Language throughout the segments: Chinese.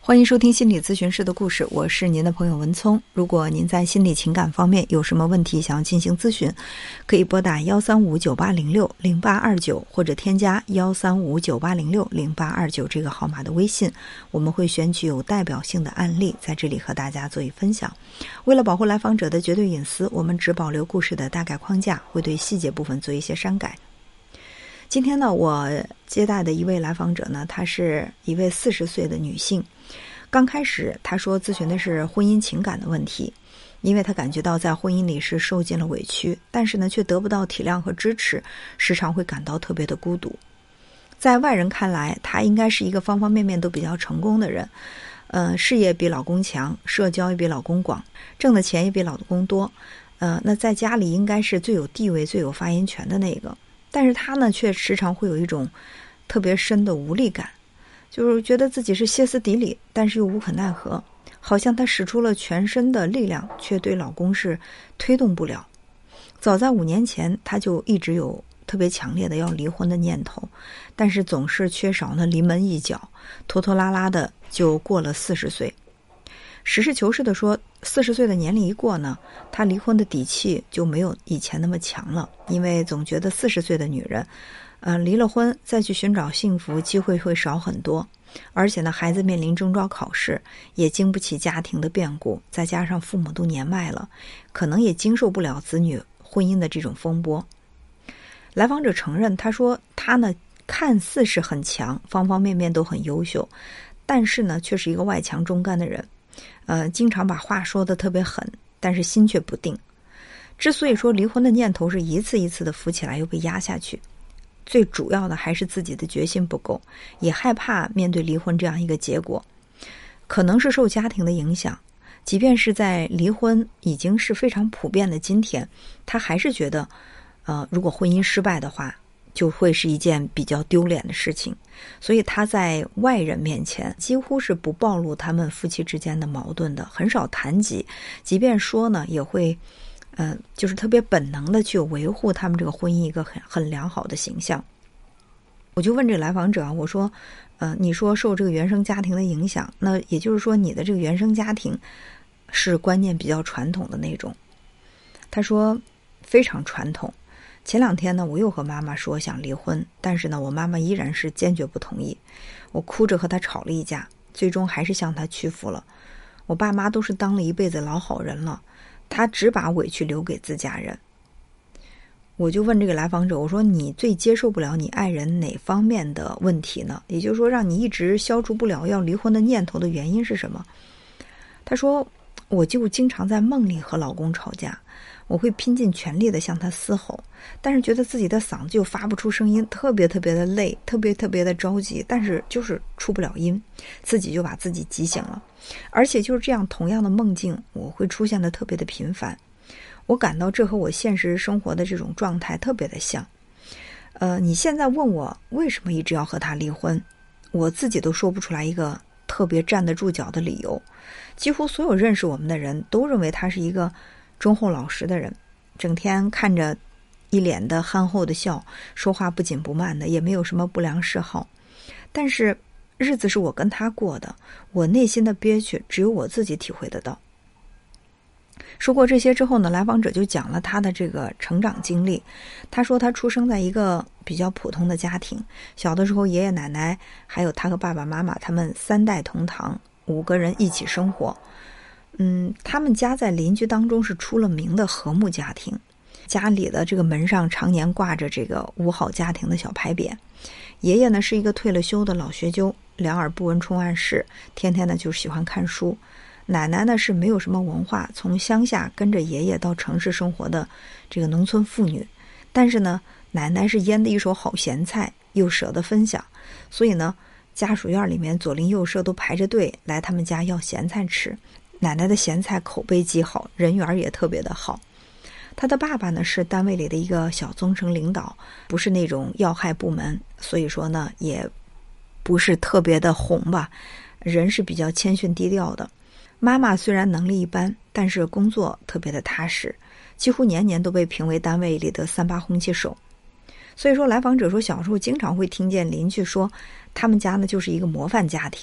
欢迎收听心理咨询师的故事，我是您的朋友文聪。如果您在心理情感方面有什么问题想要进行咨询，可以拨打13598060829或者添加13598060829这个号码的微信，我们会选取有代表性的案例在这里和大家做一分享。为了保护来访者的绝对隐私，我们只保留故事的大概框架，会对细节部分做一些删改。今天呢，我接待的一位来访者呢，她是一位40岁的女性。刚开始她说咨询的是婚姻情感的问题，因为她感觉到在婚姻里是受尽了委屈，但是呢却得不到体谅和支持，时常会感到特别的孤独。在外人看来，她应该是一个方方面面都比较成功的人，事业比老公强，社交也比老公广，挣的钱也比老公多，那在家里应该是最有地位最有发言权的那个。但是他呢，却时常会有一种特别深的无力感，就是觉得自己是歇斯底里，但是又无可奈何，好像他使出了全身的力量，却对老公是推动不了。早在5年前，他就一直有特别强烈的要离婚的念头，但是总是缺少那临门一脚，拖拖拉拉的就过了40岁。实事求是的说，40岁的年龄一过呢，她离婚的底气就没有以前那么强了，因为总觉得40岁的女人，离了婚再去寻找幸福机会会少很多，而且呢，孩子面临中招考试，也经不起家庭的变故，再加上父母都年迈了，可能也经受不了子女婚姻的这种风波。来访者承认，他说他呢看似是很强，方方面面都很优秀，但是呢却是一个外强中干的人。经常把话说得特别狠，但是心却不定。之所以说离婚的念头是一次一次的浮起来又被压下去，最主要的还是自己的决心不够，也害怕面对离婚这样一个结果。可能是受家庭的影响，即便是在离婚已经是非常普遍的今天，他还是觉得如果婚姻失败的话，就会是一件比较丢脸的事情，所以他在外人面前几乎是不暴露他们夫妻之间的矛盾的，很少谈及，即便说呢，也会就是特别本能的去维护他们这个婚姻一个很良好的形象。我就问这个来访者，我说你说受这个原生家庭的影响，那也就是说你的这个原生家庭是观念比较传统的那种。他说非常传统。前2天呢，我又和妈妈说想离婚，但是呢，我妈妈依然是坚决不同意。我哭着和她吵了一架，最终还是向她屈服了。我爸妈都是当了一辈子老好人了，他只把委屈留给自家人。我就问这个来访者，我说你最接受不了你爱人哪方面的问题呢？也就是说让你一直消除不了要离婚的念头的原因是什么？他说我就经常在梦里和老公吵架，我会拼尽全力的向他嘶吼，但是觉得自己的嗓子又发不出声音，特别特别的累，特别特别的着急，但是就是出不了音，自己就把自己急醒了。而且就是这样同样的梦境，我会出现的特别的频繁。我感到这和我现实生活的这种状态特别的像。你现在问我为什么一直要和他离婚，我自己都说不出来一个特别站得住脚的理由。几乎所有认识我们的人都认为他是一个忠厚老实的人，整天看着一脸的憨厚的笑，说话不紧不慢的，也没有什么不良嗜好。但是日子是我跟他过的，我内心的憋屈只有我自己体会得到。说过这些之后呢，来访者就讲了他的这个成长经历。他说他出生在一个比较普通的家庭，小的时候爷爷奶奶还有他和爸爸妈妈他们3代同堂，5个人一起生活。他们家在邻居当中是出了名的和睦家庭，家里的这个门上常年挂着这个五好家庭的小牌匾。爷爷呢是一个退了休的老学究，两耳不闻窗外事，天天呢就喜欢看书。奶奶呢是没有什么文化，从乡下跟着爷爷到城市生活的这个农村妇女，但是呢奶奶是腌的一手好咸菜，又舍得分享，所以呢家属院里面左邻右舍都排着队来他们家要咸菜吃。奶奶的咸菜口碑极好，人缘也特别的好。他的爸爸呢是单位里的一个小中层领导，不是那种要害部门，所以说呢也不是特别的红吧，人是比较谦逊低调的。妈妈虽然能力一般，但是工作特别的踏实，几乎年年都被评为单位里的3-8红旗手。所以说来访者说小时候经常会听见邻居说他们家呢就是一个模范家庭，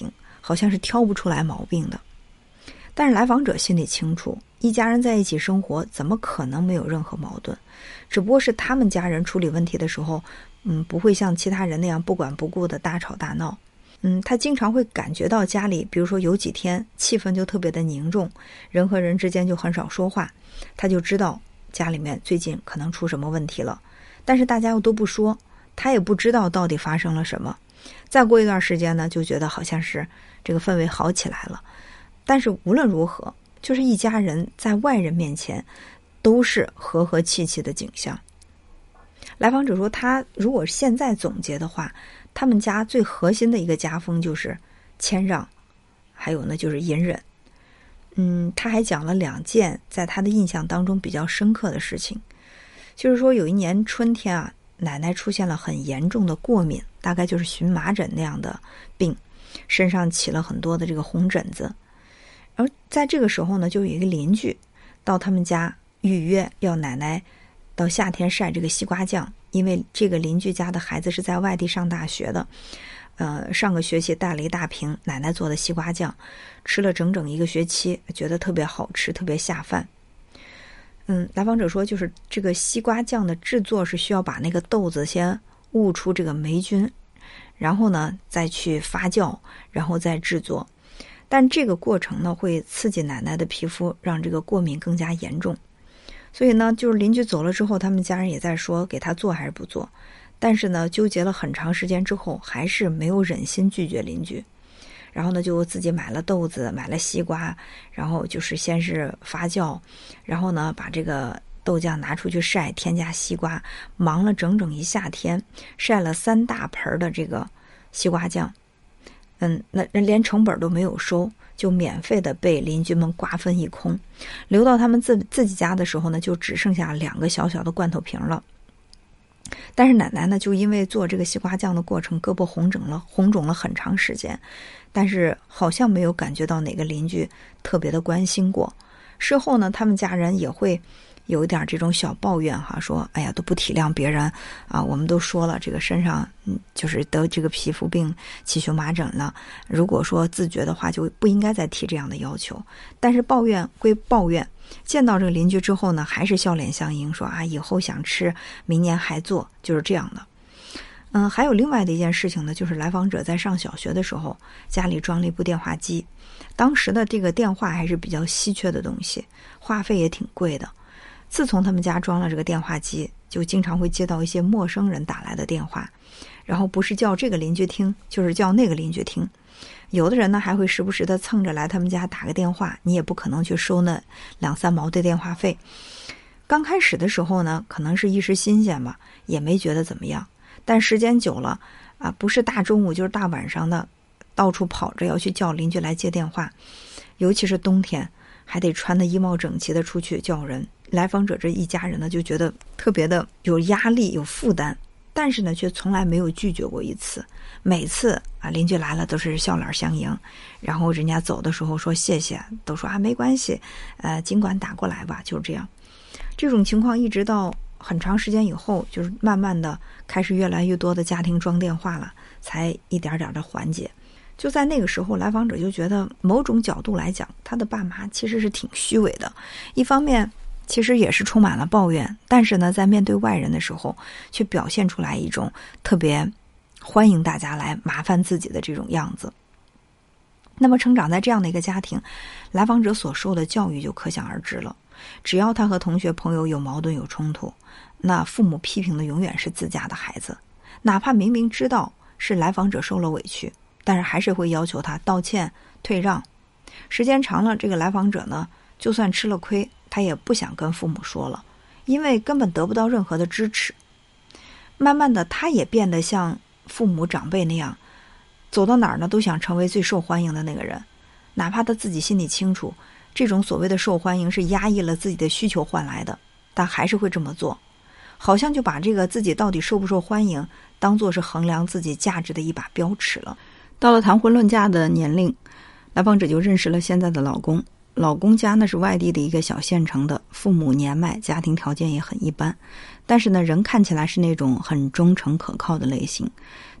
好像是挑不出来毛病的。但是来访者心里清楚，一家人在一起生活怎么可能没有任何矛盾，只不过是他们家人处理问题的时候不会像其他人那样不管不顾的大吵大闹。他经常会感觉到家里比如说有几天气氛就特别的凝重，人和人之间就很少说话，他就知道家里面最近可能出什么问题了，但是大家又都不说，他也不知道到底发生了什么。再过一段时间呢，就觉得好像是这个氛围好起来了。但是无论如何，就是一家人在外人面前都是和和气气的景象。来访者说，他如果现在总结的话，他们家最核心的一个家风就是谦让，还有呢就是隐忍。他还讲了2件在他的印象当中比较深刻的事情。就是说有一年春天啊，奶奶出现了很严重的过敏，大概就是荨麻疹那样的病，身上起了很多的这个红疹子。而在这个时候呢，就有一个邻居到他们家预约要奶奶到夏天晒这个西瓜酱，因为这个邻居家的孩子是在外地上大学的，上个学期带了一大瓶奶奶做的西瓜酱，吃了整整1个学期，觉得特别好吃，特别下饭。来访者说，就是这个西瓜酱的制作是需要把那个豆子先悟出这个霉菌，然后呢再去发酵，然后再制作。但这个过程呢会刺激奶奶的皮肤，让这个过敏更加严重。所以呢，就是邻居走了之后，他们家人也在说给他做还是不做。但是呢，纠结了很长时间之后，还是没有忍心拒绝邻居。然后呢，就自己买了豆子，买了西瓜，然后就是先是发酵，然后呢把这个豆浆拿出去晒，添加西瓜，忙了整整一夏天，晒了3大盆的这个西瓜酱。那连成本都没有收，就免费的被邻居们瓜分一空。留到他们自己家的时候呢，就只剩下2个小小的罐头瓶了。但是奶奶呢，就因为做这个西瓜酱的过程，胳膊红肿了很长时间，但是好像没有感觉到哪个邻居特别的关心过。事后呢，他们家人也会有一点这种小抱怨哈，说哎呀都不体谅别人啊，我们都说了这个身上就是得这个皮肤病起荨麻疹了，如果说自觉的话就不应该再提这样的要求。但是抱怨归抱怨，见到这个邻居之后呢，还是笑脸相迎，说啊以后想吃明年还做，就是这样的。还有另外的一件事情呢，就是来访者在上小学的时候，家里装了一部电话机。当时的这个电话还是比较稀缺的东西，话费也挺贵的。自从他们家装了这个电话机，就经常会接到一些陌生人打来的电话，然后不是叫这个邻居听，就是叫那个邻居听。有的人呢还会时不时的蹭着来他们家打个电话，你也不可能去收那2-3毛的电话费。刚开始的时候呢，可能是一时新鲜吧，也没觉得怎么样。但时间久了啊，不是大中午就是大晚上的，到处跑着要去叫邻居来接电话，尤其是冬天，还得穿得衣帽整齐的出去叫人。来访者这一家人呢，就觉得特别的有压力、有负担，但是呢，却从来没有拒绝过一次。每次啊，邻居来了都是笑脸相迎，然后人家走的时候说谢谢，都说啊没关系，尽管打过来吧，就是这样。这种情况一直到很长时间以后，就是慢慢的开始越来越多的家庭装电话了，才一点点的缓解。就在那个时候，来访者就觉得某种角度来讲，他的爸妈其实是挺虚伪的。一方面其实也是充满了抱怨，但是呢，在面对外人的时候，却表现出来一种特别欢迎大家来麻烦自己的这种样子。那么成长在这样的一个家庭，来访者所受的教育就可想而知了。只要他和同学朋友有矛盾有冲突，那父母批评的永远是自家的孩子，哪怕明明知道是来访者受了委屈，但是还是会要求他道歉退让。时间长了，这个来访者呢，就算吃了亏，他也不想跟父母说了，因为根本得不到任何的支持。慢慢的，他也变得像父母长辈那样，走到哪儿呢都想成为最受欢迎的那个人，哪怕他自己心里清楚这种所谓的受欢迎是压抑了自己的需求换来的，但还是会这么做，好像就把这个自己到底受不受欢迎当作是衡量自己价值的一把标尺了。到了谈婚论嫁的年龄，来访者就认识了现在的老公。老公家呢是外地的一个小县城的，父母年迈，家庭条件也很一般，但是呢人看起来是那种很忠诚可靠的类型。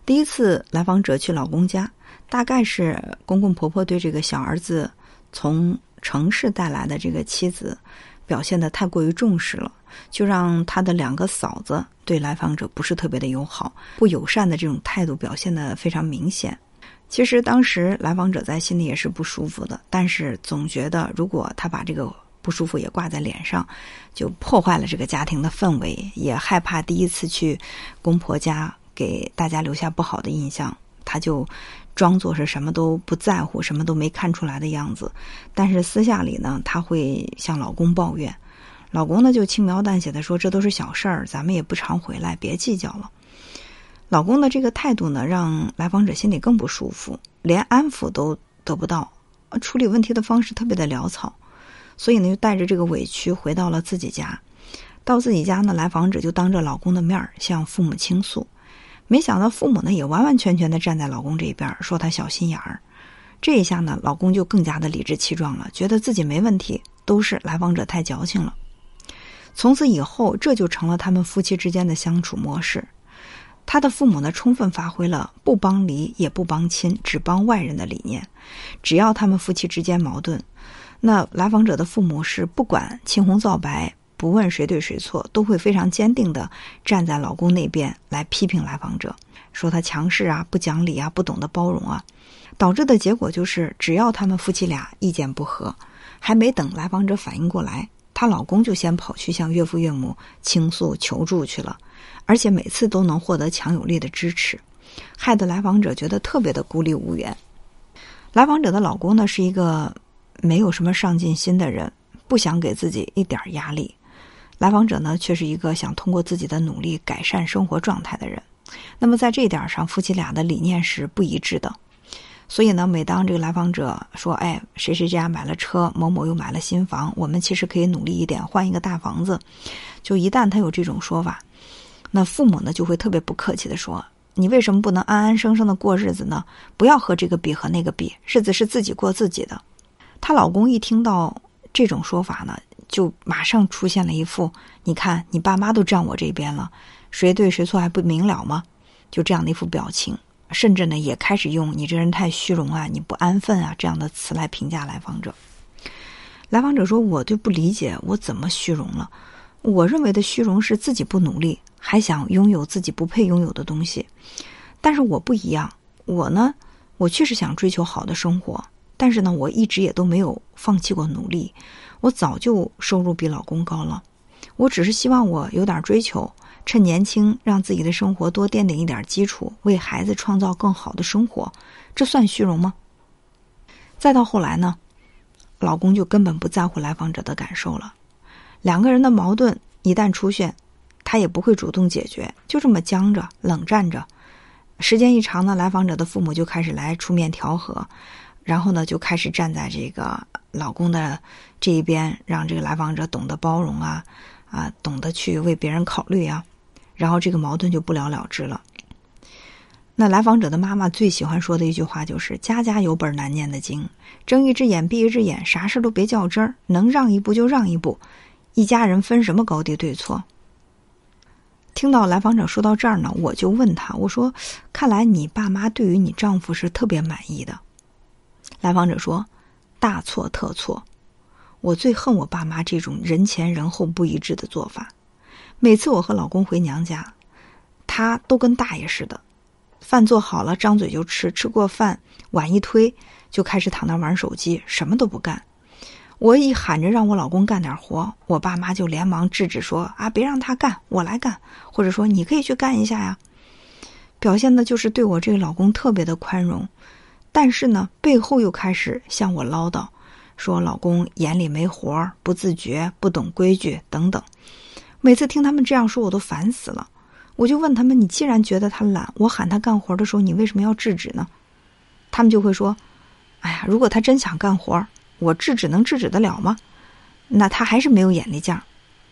第一次来访者去老公家，大概是公公婆婆对这个小儿子从城市带来的这个妻子表现得太过于重视了，就让他的2个嫂子对来访者不是特别的友好，不友善的这种态度表现得非常明显。其实当时来访者在心里也是不舒服的，但是总觉得如果他把这个不舒服也挂在脸上，就破坏了这个家庭的氛围，也害怕第一次去公婆家给大家留下不好的印象，他就装作是什么都不在乎，什么都没看出来的样子。但是私下里呢，他会向老公抱怨，老公呢就轻描淡写的说这都是小事儿，咱们也不常回来，别计较了。老公的这个态度呢，让来访者心里更不舒服，连安抚都得不到，处理问题的方式特别的潦草，所以呢就带着这个委屈回到了自己家。到自己家呢，来访者就当着老公的面向父母倾诉，没想到父母呢也完完全全的站在老公这边，说他小心眼儿。这一下呢，老公就更加的理直气壮了，觉得自己没问题，都是来访者太矫情了。从此以后，这就成了他们夫妻之间的相处模式。他的父母呢，充分发挥了不帮离也不帮亲，只帮外人的理念。只要他们夫妻之间矛盾，那来访者的父母是不管青红皂白，不问谁对谁错，都会非常坚定地站在老公那边来批评来访者，说他强势啊，不讲理啊，不懂得包容啊。导致的结果就是，只要他们夫妻俩意见不合，还没等来访者反应过来，她老公就先跑去向岳父岳母倾诉求助去了，而且每次都能获得强有力的支持，害得来访者觉得特别的孤立无援。来访者的老公呢，是一个没有什么上进心的人，不想给自己一点压力。来访者呢，却是一个想通过自己的努力改善生活状态的人。那么在这一点上，夫妻俩的理念是不一致的。所以呢，每当这个来访者说，谁谁家买了车，某某又买了新房，我们其实可以努力一点，换一个大房子，就一旦他有这种说法，那父母呢就会特别不客气的说，你为什么不能安安生生的过日子呢？不要和这个比和那个比，日子是自己过自己的。她老公一听到这种说法呢，就马上出现了一副，你看你爸妈都站我这边了，谁对谁错还不明了吗？就这样的一副表情。甚至呢，也开始用你这人太虚荣啊，你不安分啊这样的词来评价来访者。来访者说，我就不理解我怎么虚荣了，我认为的虚荣是自己不努力，还想拥有自己不配拥有的东西。但是我不一样，我确实想追求好的生活，但是呢，我一直也都没有放弃过努力，我早就收入比老公高了，我只是希望我有点追求，趁年轻让自己的生活多奠定一点基础，为孩子创造更好的生活，这算虚荣吗？再到后来呢，老公就根本不在乎来访者的感受了，两个人的矛盾一旦出现，他也不会主动解决，就这么僵着冷战着。时间一长呢，来访者的父母就开始来出面调和，然后呢就开始站在这个老公的这一边，让这个来访者懂得包容啊，懂得去为别人考虑啊，然后这个矛盾就不了了之了。那来访者的妈妈最喜欢说的一句话就是家家有本难念的经，睁一只眼闭一只眼，啥事都别较真儿，能让一步就让一步，一家人分什么高低对错。听到来访者说到这儿呢，我就问他，我说看来你爸妈对于你丈夫是特别满意的。来访者说大错特错，我最恨我爸妈这种人前人后不一致的做法。每次我和老公回娘家，他都跟大爷似的，饭做好了张嘴就吃，吃过饭碗一推就开始躺那玩手机，什么都不干。我一喊着让我老公干点活，我爸妈就连忙制止说别让他干，我来干，或者说你可以去干一下呀。表现的就是对我这个老公特别的宽容，但是呢背后又开始向我唠叨，说老公眼里没活，不自觉，不懂规矩等等。每次听他们这样说，我都烦死了。我就问他们，你既然觉得他懒，我喊他干活的时候你为什么要制止呢？他们就会说，如果他真想干活，我制止能制止得了吗？那他还是没有眼力劲儿。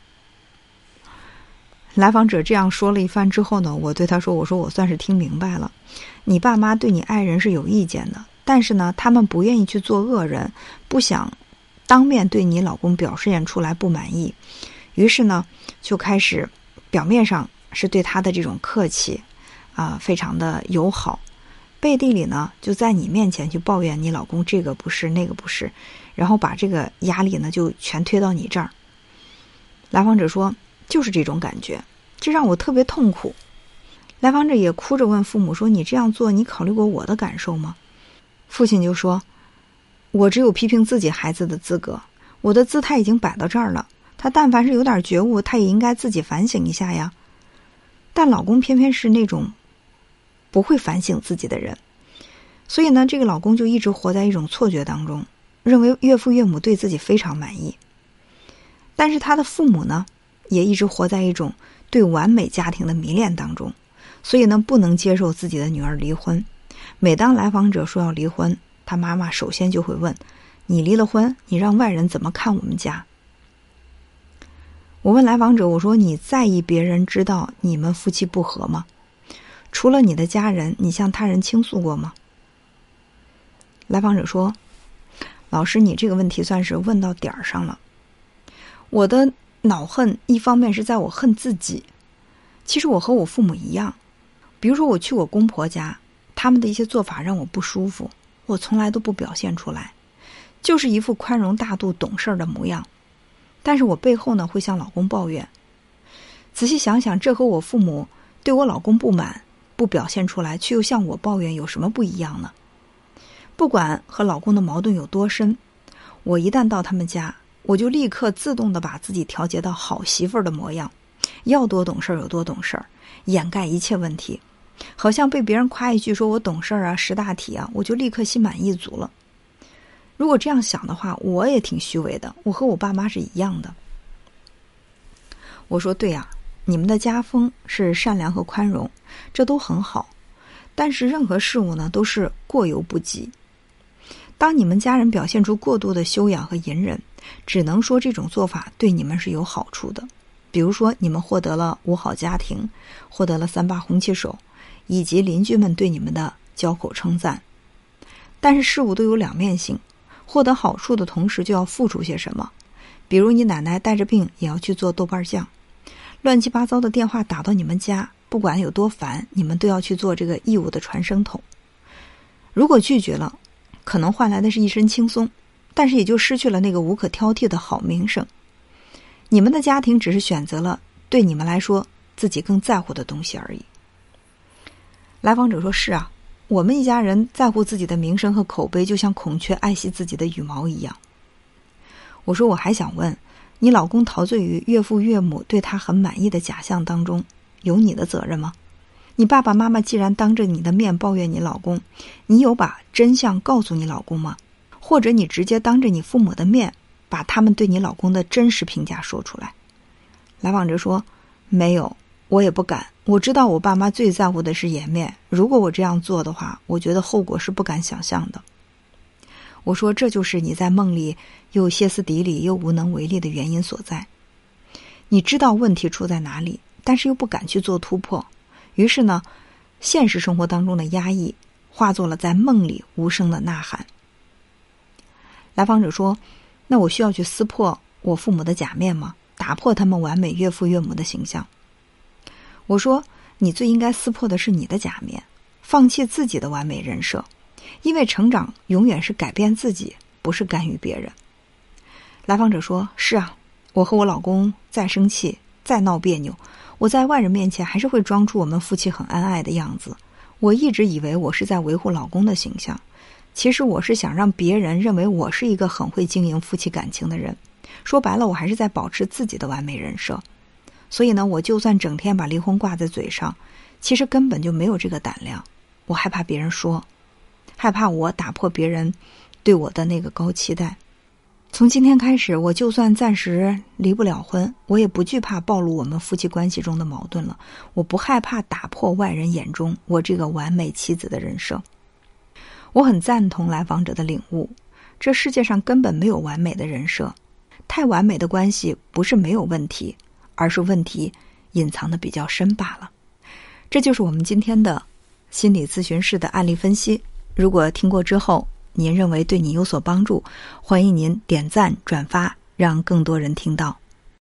来访者这样说了一番之后呢，我对他说，我说我算是听明白了，你爸妈对你爱人是有意见的，但是呢他们不愿意去做恶人，不想当面对你老公表现出来不满意，于是呢就开始表面上是对他的这种客气， 非常的友好，背地里呢就在你面前去抱怨你老公这个不是那个不是，然后把这个压力呢就全推到你这儿。来访者说就是这种感觉，这让我特别痛苦。来访者也哭着问父母说，你这样做你考虑过我的感受吗？父亲就说，我只有批评自己孩子的资格，我的姿态已经摆到这儿了，他但凡是有点觉悟，他也应该自己反省一下呀。但老公偏偏是那种不会反省自己的人，所以呢，这个老公就一直活在一种错觉当中，认为岳父岳母对自己非常满意。但是他的父母呢，也一直活在一种对完美家庭的迷恋当中，所以呢，不能接受自己的女儿离婚。每当来访者说要离婚，他妈妈首先就会问，你离了婚，你让外人怎么看我们家？我问来访者，我说，你在意别人知道你们夫妻不和吗？除了你的家人，你向他人倾诉过吗？来访者说，老师，你这个问题算是问到点儿上了。我的恼恨一方面是在我恨自己，其实我和我父母一样，比如说我去我公婆家，他们的一些做法让我不舒服，我从来都不表现出来，就是一副宽容大度懂事的模样，但是我背后呢会向老公抱怨。仔细想想，这和我父母对我老公不满不表现出来，却又向我抱怨有什么不一样呢？不管和老公的矛盾有多深，我一旦到他们家，我就立刻自动地把自己调节到好媳妇儿的模样，要多懂事有多懂事，掩盖一切问题，好像被别人夸一句说我懂事啊识大体啊，我就立刻心满意足了。如果这样想的话，我也挺虚伪的，我和我爸妈是一样的。我说对啊，你们的家风是善良和宽容，这都很好，但是任何事物呢都是过犹不及。当你们家人表现出过度的修养和隐忍，只能说这种做法对你们是有好处的，比如说你们获得了5好家庭，获得了3把红旗手，以及邻居们对你们的交口称赞。但是事物都有两面性，获得好处的同时就要付出些什么，比如你奶奶带着病也要去做豆瓣酱，乱七八糟的电话打到你们家，不管有多烦，你们都要去做这个义务的传声筒。如果拒绝了，可能换来的是一身轻松，但是也就失去了那个无可挑剔的好名声。你们的家庭只是选择了对你们来说自己更在乎的东西而已。来访者说，是啊，我们一家人在乎自己的名声和口碑，就像孔雀爱惜自己的羽毛一样。我说，我还想问，你老公陶醉于岳父岳母对他很满意的假象当中，有你的责任吗？你爸爸妈妈既然当着你的面抱怨你老公，你有把真相告诉你老公吗？或者你直接当着你父母的面把他们对你老公的真实评价说出来？来访者说，没有，我也不敢，我知道我爸妈最在乎的是颜面，如果我这样做的话，我觉得后果是不敢想象的。我说，这就是你在梦里又歇斯底里又无能为力的原因所在。你知道问题出在哪里，但是又不敢去做突破，于是呢，现实生活当中的压抑化作了在梦里无声的呐喊。来访者说，那我需要去撕破我父母的假面吗？打破他们完美岳父岳母的形象？我说，你最应该撕破的是你的假面，放弃自己的完美人设，因为成长永远是改变自己，不是干预别人。来访者说，是啊，我和我老公再生气再闹别扭，我在外人面前还是会装出我们夫妻很恩爱的样子。我一直以为我是在维护老公的形象，其实我是想让别人认为我是一个很会经营夫妻感情的人。说白了，我还是在保持自己的完美人设。所以呢，我就算整天把离婚挂在嘴上，其实根本就没有这个胆量。我害怕别人说，害怕我打破别人对我的那个高期待。从今天开始，我就算暂时离不了婚，我也不惧怕暴露我们夫妻关系中的矛盾了。我不害怕打破外人眼中我这个完美妻子的人设。我很赞同来访者的领悟，这世界上根本没有完美的人设，太完美的关系不是没有问题，而是问题隐藏的比较深罢了。这就是我们今天的心理咨询室的案例分析。如果听过之后您认为对你有所帮助，欢迎您点赞转发，让更多人听到。